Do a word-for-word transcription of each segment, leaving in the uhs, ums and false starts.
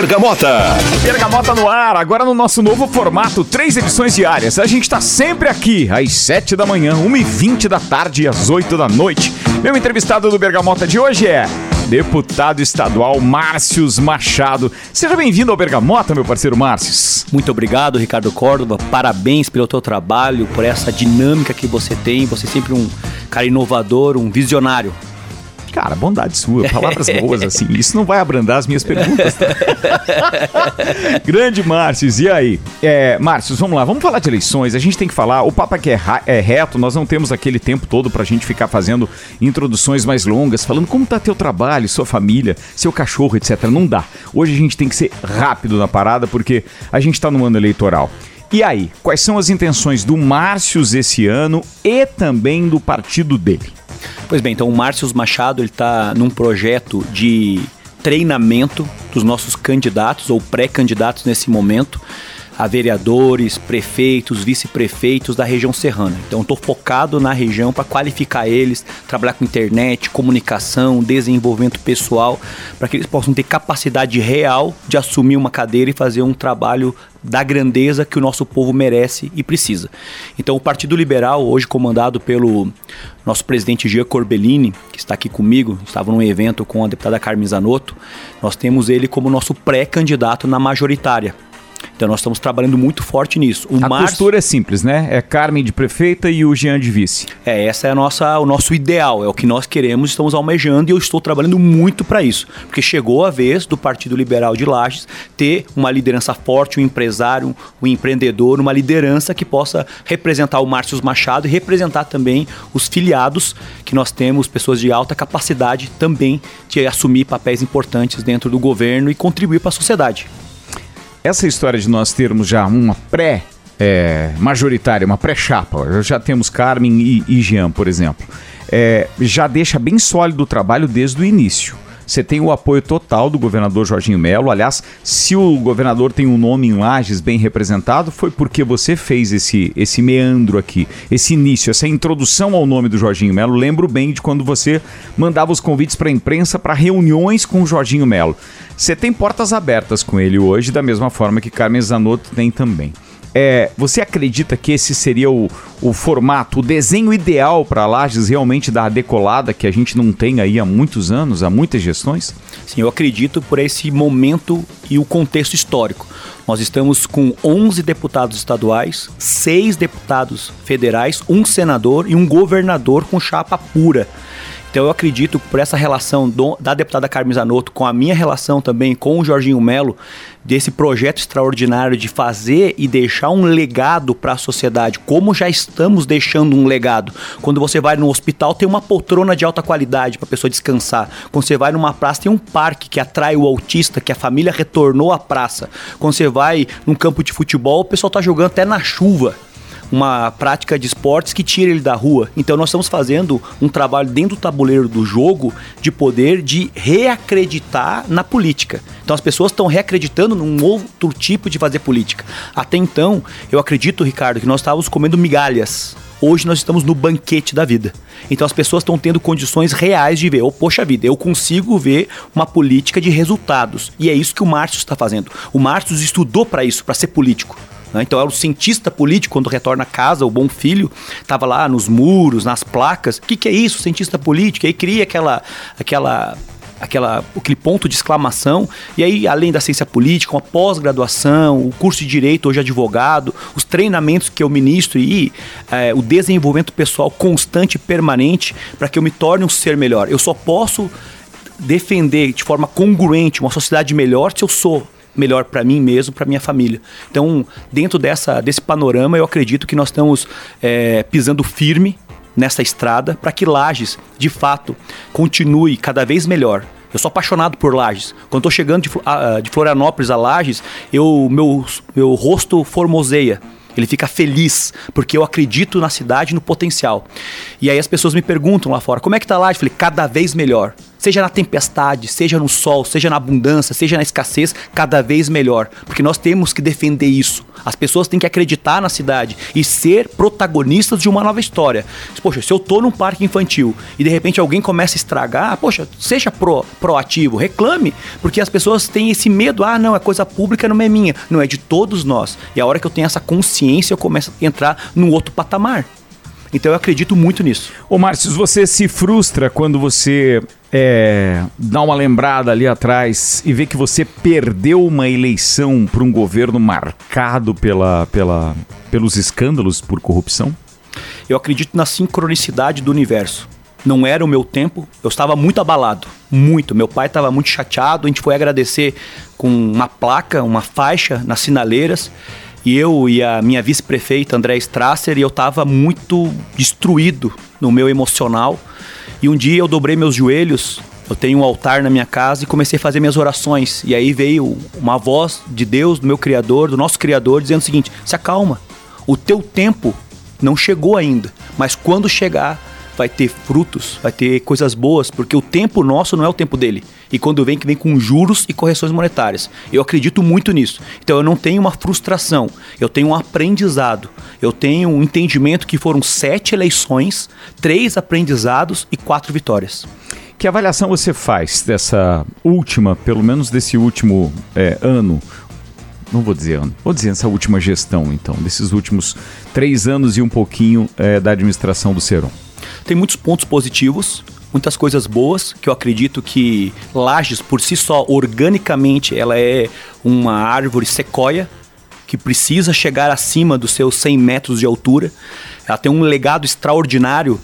Bergamota. Bergamota no ar, agora no nosso novo formato, três edições diárias. A gente tá sempre aqui, às sete da manhã, uma e vinte da tarde e às oito da noite. Meu entrevistado do Bergamota de hoje é deputado estadual Márcios Machado. Seja bem-vindo ao Bergamota, meu parceiro Márcios. Muito obrigado, Ricardo Córdova. Parabéns pelo teu trabalho, por essa dinâmica que você tem. Você é sempre um cara inovador, um visionário. Cara, bondade sua, palavras boas assim, isso não vai abrandar as minhas perguntas. Tá? Grande Márcios, e aí? É, Márcios, vamos lá, vamos falar de eleições, a gente tem que falar, o papo aqui é, é reto, nós não temos aquele tempo todo pra gente ficar fazendo introduções mais longas, falando como tá teu trabalho, sua família, seu cachorro, etcétera. Não dá. Hoje a gente tem que ser rápido na parada, porque a gente tá no ano eleitoral. E aí, quais são as intenções do Márcios esse ano e também do partido dele? Pois bem, então o Márcios Machado está num projeto de treinamento dos nossos candidatos ou pré-candidatos nesse momento a vereadores, prefeitos, vice-prefeitos da região serrana. Então estou focado na região para qualificar eles, trabalhar com internet, comunicação, desenvolvimento pessoal, para que eles possam ter capacidade real de assumir uma cadeira e fazer um trabalho da grandeza que o nosso povo merece e precisa. Então o Partido Liberal, hoje comandado pelo nosso presidente Jean Corbellini, que está aqui comigo, estava num evento com a deputada Carmen Zanotto, nós temos ele como nosso pré-candidato na majoritária. Então nós estamos trabalhando muito forte nisso. O a Márcio... postura é simples, né? É Carmen de prefeita e o Jean de vice. É, essa é a nossa, o nosso ideal, é o que nós queremos, estamos almejando e eu estou trabalhando muito para isso. Porque chegou a vez do Partido Liberal de Lages ter uma liderança forte, um empresário, um empreendedor, uma liderança que possa representar o Márcios Machado e representar também os filiados que nós temos, pessoas de alta capacidade também de assumir papéis importantes dentro do governo e contribuir para a sociedade. Essa história de nós termos já uma pré-majoritária, é, uma pré-chapa, já temos Carmen e, e Jean, por exemplo, é, já deixa bem sólido o trabalho desde o início. Você tem o apoio total do governador Jorginho Melo. Aliás, se o governador tem um nome em Lages bem representado, foi porque você fez esse, esse meandro aqui, esse início, essa introdução ao nome do Jorginho Melo. Lembro bem de quando você mandava os convites para a imprensa para reuniões com o Jorginho Melo. Você tem portas abertas com ele hoje, da mesma forma que Carmen Zanotto tem também. É, você acredita que esse seria o, o formato, o desenho ideal para Lages realmente dar a decolada que a gente não tem aí há muitos anos, há muitas gestões? Sim, eu acredito por esse momento e o contexto histórico. Nós estamos com onze deputados estaduais, seis deputados federais, um senador e um governador com chapa pura. Então eu acredito que por essa relação do, da deputada Carmen Zanotto com a minha relação também com o Jorginho Melo, desse projeto extraordinário de fazer e deixar um legado para a sociedade, como já estamos deixando um legado. Quando você vai no hospital tem uma poltrona de alta qualidade para a pessoa descansar. Quando você vai numa praça tem um parque que atrai o autista, que a família retornou à praça. Quando você vai num campo de futebol, o pessoal está jogando até na chuva. Uma prática de esportes que tira ele da rua. Então nós estamos fazendo um trabalho dentro do tabuleiro do jogo de poder de reacreditar na política. Então as pessoas estão reacreditando num outro tipo de fazer política. Até então, eu acredito, Ricardo, que nós estávamos comendo migalhas. Hoje nós estamos no banquete da vida. Então as pessoas estão tendo condições reais de ver, oh, poxa vida, eu consigo ver uma política de resultados. E é isso que o Márcios está fazendo. O Márcios estudou para isso, para ser político. Então era o cientista político, quando retorna a casa, o bom filho, estava lá nos muros, nas placas. O que, que é isso, cientista político? E aí cria aquela, aquela, aquela, aquele ponto de exclamação. E aí, além da ciência política, uma pós-graduação, o curso de direito, hoje advogado, os treinamentos que eu ministro e é, o desenvolvimento pessoal constante e permanente para que eu me torne um ser melhor. Eu só posso defender de forma congruente uma sociedade melhor se eu sou melhor para mim mesmo, para minha família. Então, dentro dessa, desse panorama, eu acredito que nós estamos é, pisando firme nessa estrada para que Lages, de fato, continue cada vez melhor. Eu sou apaixonado por Lages. Quando estou chegando de, de Florianópolis a Lages, eu, meu, meu rosto formoseia. Ele fica feliz, porque eu acredito na cidade e no potencial. E aí as pessoas me perguntam lá fora, como é que tá Lages? Eu falei, cada vez melhor. seja na tempestade, seja no sol, seja na abundância, seja na escassez, cada vez melhor. Porque nós temos que defender isso. As pessoas têm que acreditar na cidade e ser protagonistas de uma nova história. Poxa, se eu tô num parque infantil e de repente alguém começa a estragar, poxa, seja pro, proativo, reclame, porque as pessoas têm esse medo, ah, não, é coisa pública, não é minha, não, é de todos nós. E a hora que eu tenho essa consciência, eu começo a entrar num outro patamar. Então eu acredito muito nisso. Ô Márcio, você se frustra quando você é, dá uma lembrada ali atrás e vê que você perdeu uma eleição para um governo marcado pela, pela, pelos escândalos por corrupção? Eu acredito na sincronicidade do universo. Não era o meu tempo, eu estava muito abalado, muito. Meu pai estava muito chateado, a gente foi agradecer com uma placa, uma faixa nas sinaleiras. E eu e a minha vice-prefeita, André Strasser, e eu estava muito destruído no meu emocional. E um dia eu dobrei meus joelhos, eu tenho um altar na minha casa e comecei a fazer minhas orações. E aí veio uma voz de Deus, do meu Criador, do nosso Criador, dizendo o seguinte: se acalma, o teu tempo não chegou ainda, mas quando chegar vai ter frutos, vai ter coisas boas, porque o tempo nosso não é o tempo dele. E quando vem, que vem com juros e correções monetárias. Eu acredito muito nisso. Então eu não tenho uma frustração, eu tenho um aprendizado. Eu tenho um entendimento que foram sete eleições, três aprendizados e quatro vitórias. Que avaliação você faz dessa última, pelo menos desse último é, ano? Não vou dizer ano, vou dizer essa última gestão, então, desses últimos três anos e um pouquinho é, da administração do Seron. Tem muitos pontos positivos, muitas coisas boas, que eu acredito que Lages, por si só, organicamente, ela é uma árvore sequoia, que precisa chegar acima dos seus cem metros de altura. Ela tem um legado extraordinário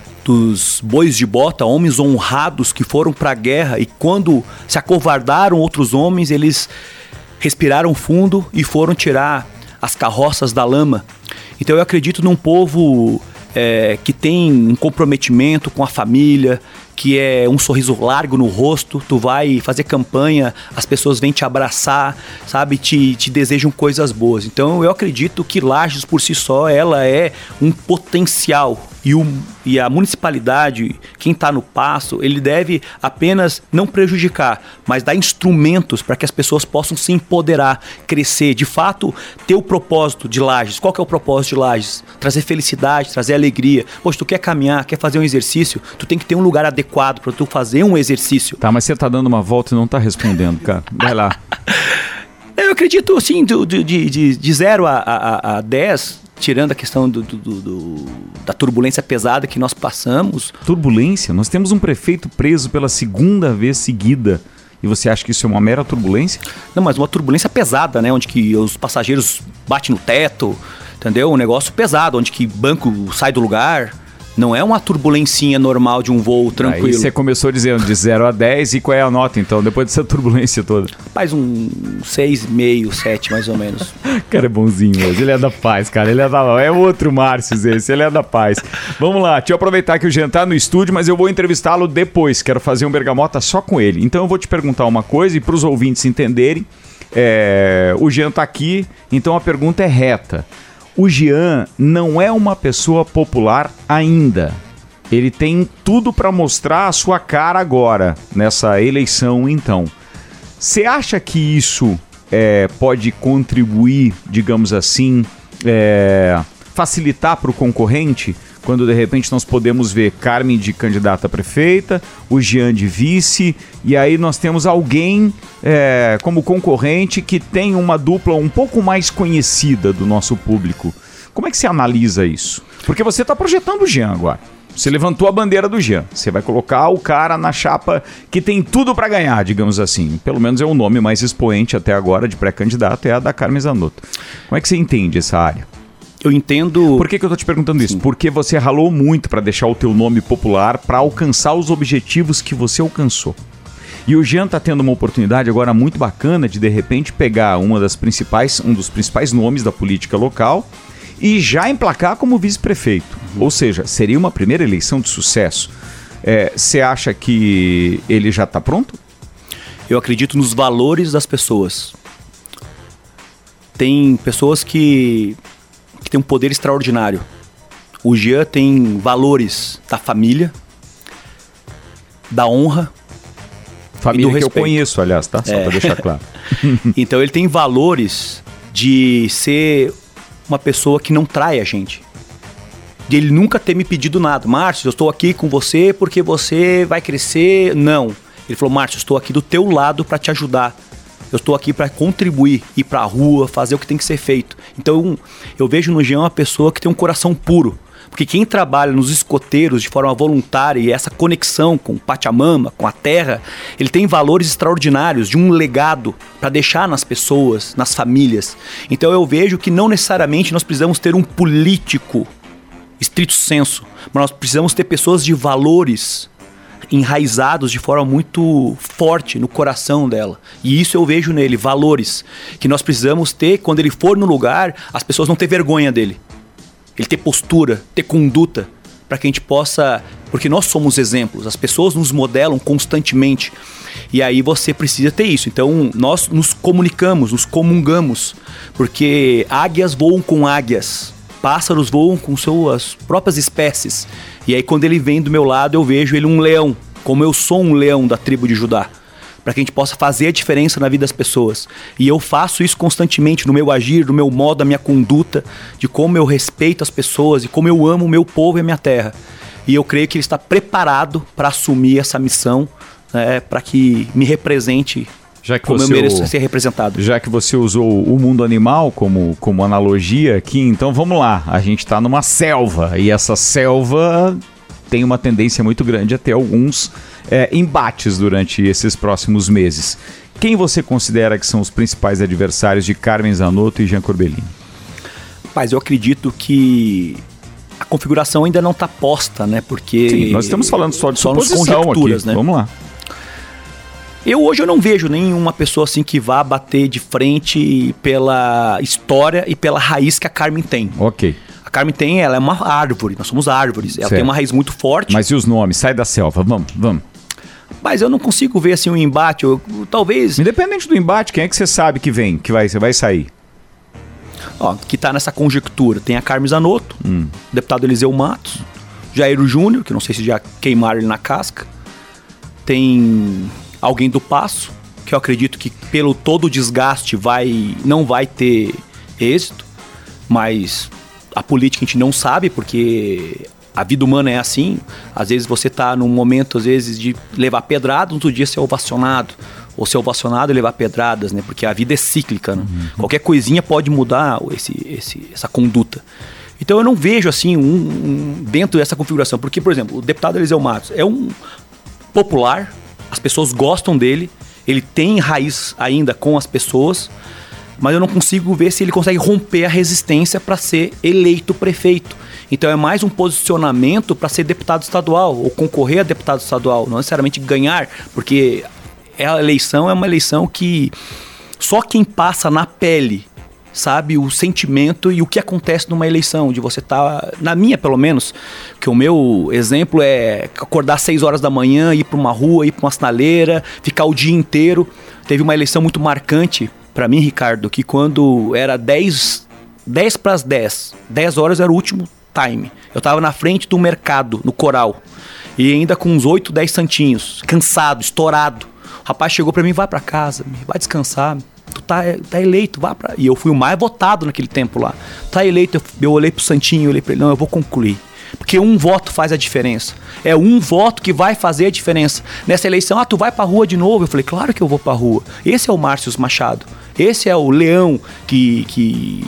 dos bois de bota, homens honrados que foram para a guerra e quando se acovardaram outros homens, eles respiraram fundo e foram tirar as carroças da lama. Então eu acredito num povo é, que tem um comprometimento com a família, que é um sorriso largo no rosto. Tu vai fazer campanha, as pessoas vêm te abraçar, sabe, te, te desejam coisas boas. Então eu acredito que Lages por si só, ela é um potencial. E, o, e a municipalidade, quem está no passo, ele deve apenas não prejudicar, mas dar instrumentos para que as pessoas possam se empoderar, crescer, de fato, ter o propósito de Lages. Qual que é o propósito de Lages? Trazer felicidade, trazer alegria. Poxa, tu quer caminhar, quer fazer um exercício, tu tem que ter um lugar adequado para tu fazer um exercício. Tá, mas você tá dando uma volta e não tá respondendo, cara. Vai lá. Eu acredito, assim, de, de, de, de zero a dez... Tirando a questão do, do, do, da turbulência pesada que nós passamos. Turbulência? Nós temos um prefeito preso pela segunda vez seguida. E você acha que isso é uma mera turbulência? Não, mas uma turbulência pesada, né? Onde que os passageiros batem no teto, entendeu? Um negócio pesado, onde que banco sai do lugar. Não é uma turbulencinha normal de um voo tranquilo. Aí você começou dizendo de zero a dez, e qual é a nota, então, depois dessa turbulência toda? Rapaz, um seis vírgula cinco, sete, mais ou menos. Cara, é bonzinho hoje. Ele é da paz, cara. Ele é da... É outro Márcio esse. Ele é da paz. Vamos lá. Deixa eu aproveitar que o Jean tá no estúdio, mas eu vou entrevistá-lo depois. Quero fazer um Bergamota só com ele. Então eu vou te perguntar uma coisa e para os ouvintes entenderem. É... O Jean tá aqui, então a pergunta é reta. O Jean não é uma pessoa popular ainda. Ele tem tudo para mostrar a sua cara agora, nessa eleição, então. Você acha que isso é, pode contribuir, digamos assim, é, facilitar para o concorrente? Quando de repente nós podemos ver Carmen de candidata a prefeita, o Jean de vice, e aí nós temos alguém é, como concorrente que tem uma dupla um pouco mais conhecida do nosso público. Como é que você analisa isso? Porque você está projetando o Jean agora. Você levantou a bandeira do Jean. Você vai colocar o cara na chapa que tem tudo para ganhar, digamos assim. Pelo menos é o nome mais expoente até agora de pré-candidato, é a da Carmen Zanotto. Como é que você entende essa área? Eu entendo... Por que, que eu tô te perguntando isso? Sim. Porque você ralou muito para deixar o teu nome popular, para alcançar os objetivos que você alcançou. E o Jean tá tendo uma oportunidade agora muito bacana de, de repente, pegar uma das principais, um dos principais nomes da política local e já emplacar como vice-prefeito. Uhum. Ou seja, seria uma primeira eleição de sucesso. Você é, acha que ele já tá pronto? Eu acredito nos valores das pessoas. Tem pessoas que... que tem um poder extraordinário. O Jean tem valores da família, da honra, Família e do que respeito. eu conheço, aliás, tá? Só É. para deixar claro. Então ele tem valores de ser uma pessoa que não trai a gente. De ele nunca ter me pedido nada. Márcio, eu estou aqui com você porque você vai crescer. Não. Ele falou, Márcio, eu estou aqui do teu lado para te ajudar. Eu estou aqui para contribuir, ir para a rua, fazer o que tem que ser feito. Então eu vejo no Jean uma pessoa que tem um coração puro. Porque quem trabalha nos escoteiros de forma voluntária e essa conexão com Pachamama, com a terra, ele tem valores extraordinários de um legado para deixar nas pessoas, nas famílias. Então eu vejo que não necessariamente nós precisamos ter um político estrito senso, mas nós precisamos ter pessoas de valores enraizados de forma muito forte no coração dela. E isso eu vejo nele, valores que nós precisamos ter quando ele for no lugar, as pessoas não ter vergonha dele. Ele ter postura, ter conduta, para que a gente possa... Porque nós somos exemplos, as pessoas nos modelam constantemente. E aí você precisa ter isso. Então nós nos comunicamos, nos comungamos, porque águias voam com águias, pássaros voam com suas próprias espécies. E aí quando ele vem do meu lado, eu vejo ele um leão, como eu sou um leão da tribo de Judá, para que a gente possa fazer a diferença na vida das pessoas. E eu faço isso constantemente no meu agir, no meu modo, na minha conduta, de como eu respeito as pessoas e como eu amo o meu povo e a minha terra. E eu creio que ele está preparado para assumir essa missão, né, para que me represente já que como você eu mereço ser representado. Já que você usou o mundo animal como, como analogia aqui, então vamos lá. A gente está numa selva e essa selva tem uma tendência muito grande a ter alguns é, embates durante esses próximos meses. Quem você considera que são os principais adversários de Carmen Zanotto e Jean Corbellini? Mas eu acredito que a configuração ainda não está posta, né? Porque sim, nós estamos falando só de só suposição aqui, né? Vamos lá. Eu hoje eu não vejo nenhuma pessoa assim que vá bater de frente pela história e pela raiz que a Carmen tem. Ok. A Carmen tem, ela é uma árvore, nós somos árvores. Ela certo. tem uma raiz muito forte. Mas e os nomes? Sai da selva, vamos, vamos. Mas eu não consigo ver assim um embate, eu, talvez... Independente do embate, quem é que você sabe que vem, que vai, vai sair? Ó, que tá nessa conjectura. Tem a Carmen Zanotto, hum. o deputado Eliseu Matos, Jair Júnior, que eu não sei se já queimaram ele na casca. Tem alguém do Passo, que eu acredito que pelo todo o desgaste vai, não vai ter êxito, mas a política a gente não sabe, porque a vida humana é assim. Às vezes você tá num momento, às vezes, de levar pedrada, no outro dia ser ovacionado, ou ser ovacionado e levar pedradas, né? Porque a vida é cíclica, né? Uhum. Qualquer coisinha pode mudar esse, esse, essa conduta. Então eu não vejo assim um, um, dentro dessa configuração, porque, por exemplo, o deputado Eliseu Matos é um popular, as pessoas gostam dele, ele tem raiz ainda com as pessoas, mas eu não consigo ver se ele consegue romper a resistência para ser eleito prefeito. Então é mais um posicionamento para ser deputado estadual ou concorrer a deputado estadual, não necessariamente ganhar, porque a eleição é uma eleição que só quem passa na pele sabe o sentimento e o que acontece numa eleição, de você estar, tá, na minha pelo menos, que o meu exemplo é acordar às seis horas da manhã, ir para uma rua, ir para uma sinaleira, ficar o dia inteiro. Teve uma eleição muito marcante para mim, Ricardo, que quando era dez para as dez, dez horas era o último time. Eu estava na frente do mercado, no Coral, e ainda com uns oito, dez santinhos, cansado, estourado. O rapaz chegou para mim, vai para casa, vai descansar, tu tá, tá eleito, vá pra... E eu fui o mais votado naquele tempo lá. Tá eleito, eu, eu olhei pro Santinho, eu olhei pra ele, não, eu vou concluir. Porque um voto faz a diferença. É um voto que vai fazer a diferença. Nessa eleição, ah, tu vai pra rua de novo? Eu falei, claro que eu vou pra rua. Esse é o Márcio Machado. Esse é o leão que... que...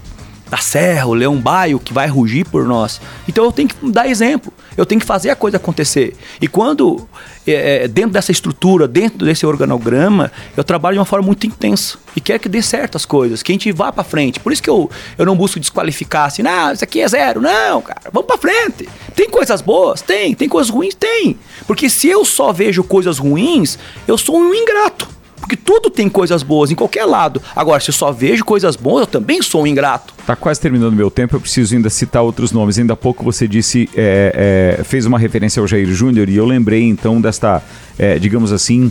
da serra, o leão baio que vai rugir por nós. Então eu tenho que dar exemplo, eu tenho que fazer a coisa acontecer. E quando, é, dentro dessa estrutura, dentro desse organograma, eu trabalho de uma forma muito intensa e quero que dê certo as coisas, que a gente vá pra frente. Por isso que eu, eu não busco desqualificar assim, não, isso aqui é zero. Não, cara, vamos pra frente. Tem coisas boas? Tem. Tem coisas ruins? Tem. Porque se eu só vejo coisas ruins, eu sou um ingrato. Porque tudo tem coisas boas em qualquer lado. Agora, se eu só vejo coisas boas, eu também sou um ingrato. Tá quase terminando o meu tempo, eu preciso ainda citar outros nomes. Ainda há pouco você disse, é, é, fez uma referência ao Jair Júnior, e eu lembrei então desta, é, digamos assim...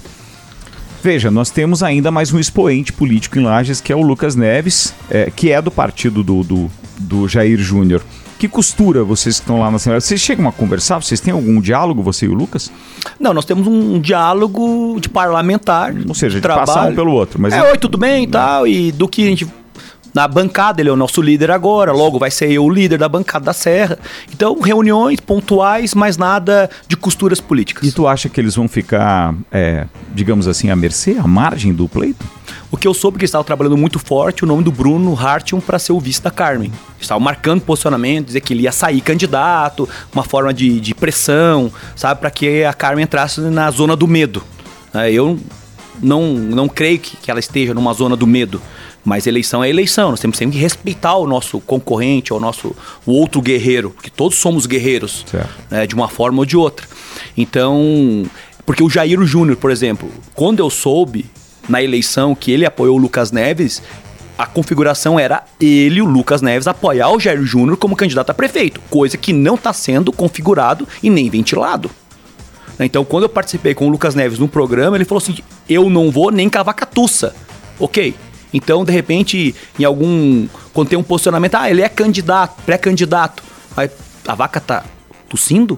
Veja, nós temos ainda mais um expoente político em Lages, que é o Lucas Neves, é, que é do partido do, do, do Jair Júnior. Que costura vocês que estão lá na Assembleia? Vocês chegam a conversar? Vocês têm algum diálogo, você e o Lucas? Não, nós temos um diálogo de parlamentar. Ou seja, de, de passar um pelo outro. Mas é, oi, tudo bem e tal, e do que a gente... Na bancada, ele é o nosso líder agora, logo vai ser eu o líder da bancada da Serra. Então, reuniões pontuais, mas nada de costuras políticas. E tu acha que eles vão ficar, é, digamos assim, à mercê, à margem do pleito? O que eu soube que estava trabalhando muito forte o nome do Bruno Hartium para ser o vice da Carmen. Estava marcando posicionamento, dizer que ele ia sair candidato, uma forma de, de pressão, sabe, para que a Carmen entrasse na zona do medo. Eu não, não creio que, que ela esteja numa zona do medo. Mas eleição é eleição, nós temos sempre que respeitar o nosso concorrente, o nosso o outro guerreiro, porque todos somos guerreiros, né, de uma forma ou de outra. Então, porque o Jair Júnior, por exemplo, quando eu soube na eleição que ele apoiou o Lucas Neves, a configuração era ele, o Lucas Neves, apoiar o Jair Júnior como candidato a prefeito, coisa que não está sendo configurado e nem ventilado. Então, quando eu participei com o Lucas Neves num programa, ele falou assim, eu não vou nem cavar catuça, ok? Então, de repente, em algum... Quando tem um posicionamento, ah, ele é candidato, pré-candidato. Aí a vaca tá tossindo?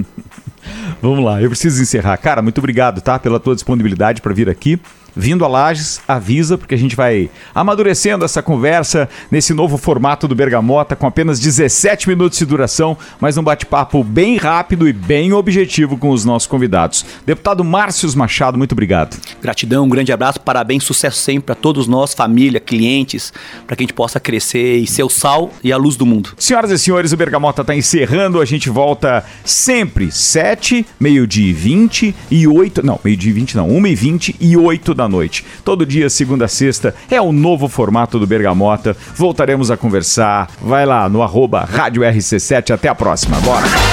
Vamos lá, eu preciso encerrar. Cara, muito obrigado, tá? Pela tua disponibilidade para vir aqui. Vindo a Lages, avisa, porque a gente vai amadurecendo essa conversa nesse novo formato do Bergamota, com apenas dezessete minutos de duração, mas um bate-papo bem rápido e bem objetivo com os nossos convidados. Deputado Márcios Machado, muito obrigado. Gratidão, um grande abraço, parabéns, sucesso sempre para todos nós, família, clientes, para que a gente possa crescer e ser o sal e a luz do mundo. Senhoras e senhores, o Bergamota está encerrando, a gente volta sempre sete, meio-dia e vinte e oito, não, meio-dia e vinte não, uma e vinte e oito da noite. Todo dia, segunda a sexta, é o novo formato do Bergamota. Voltaremos a conversar. Vai lá no arroba Rádio R C sete. Até a próxima. Bora!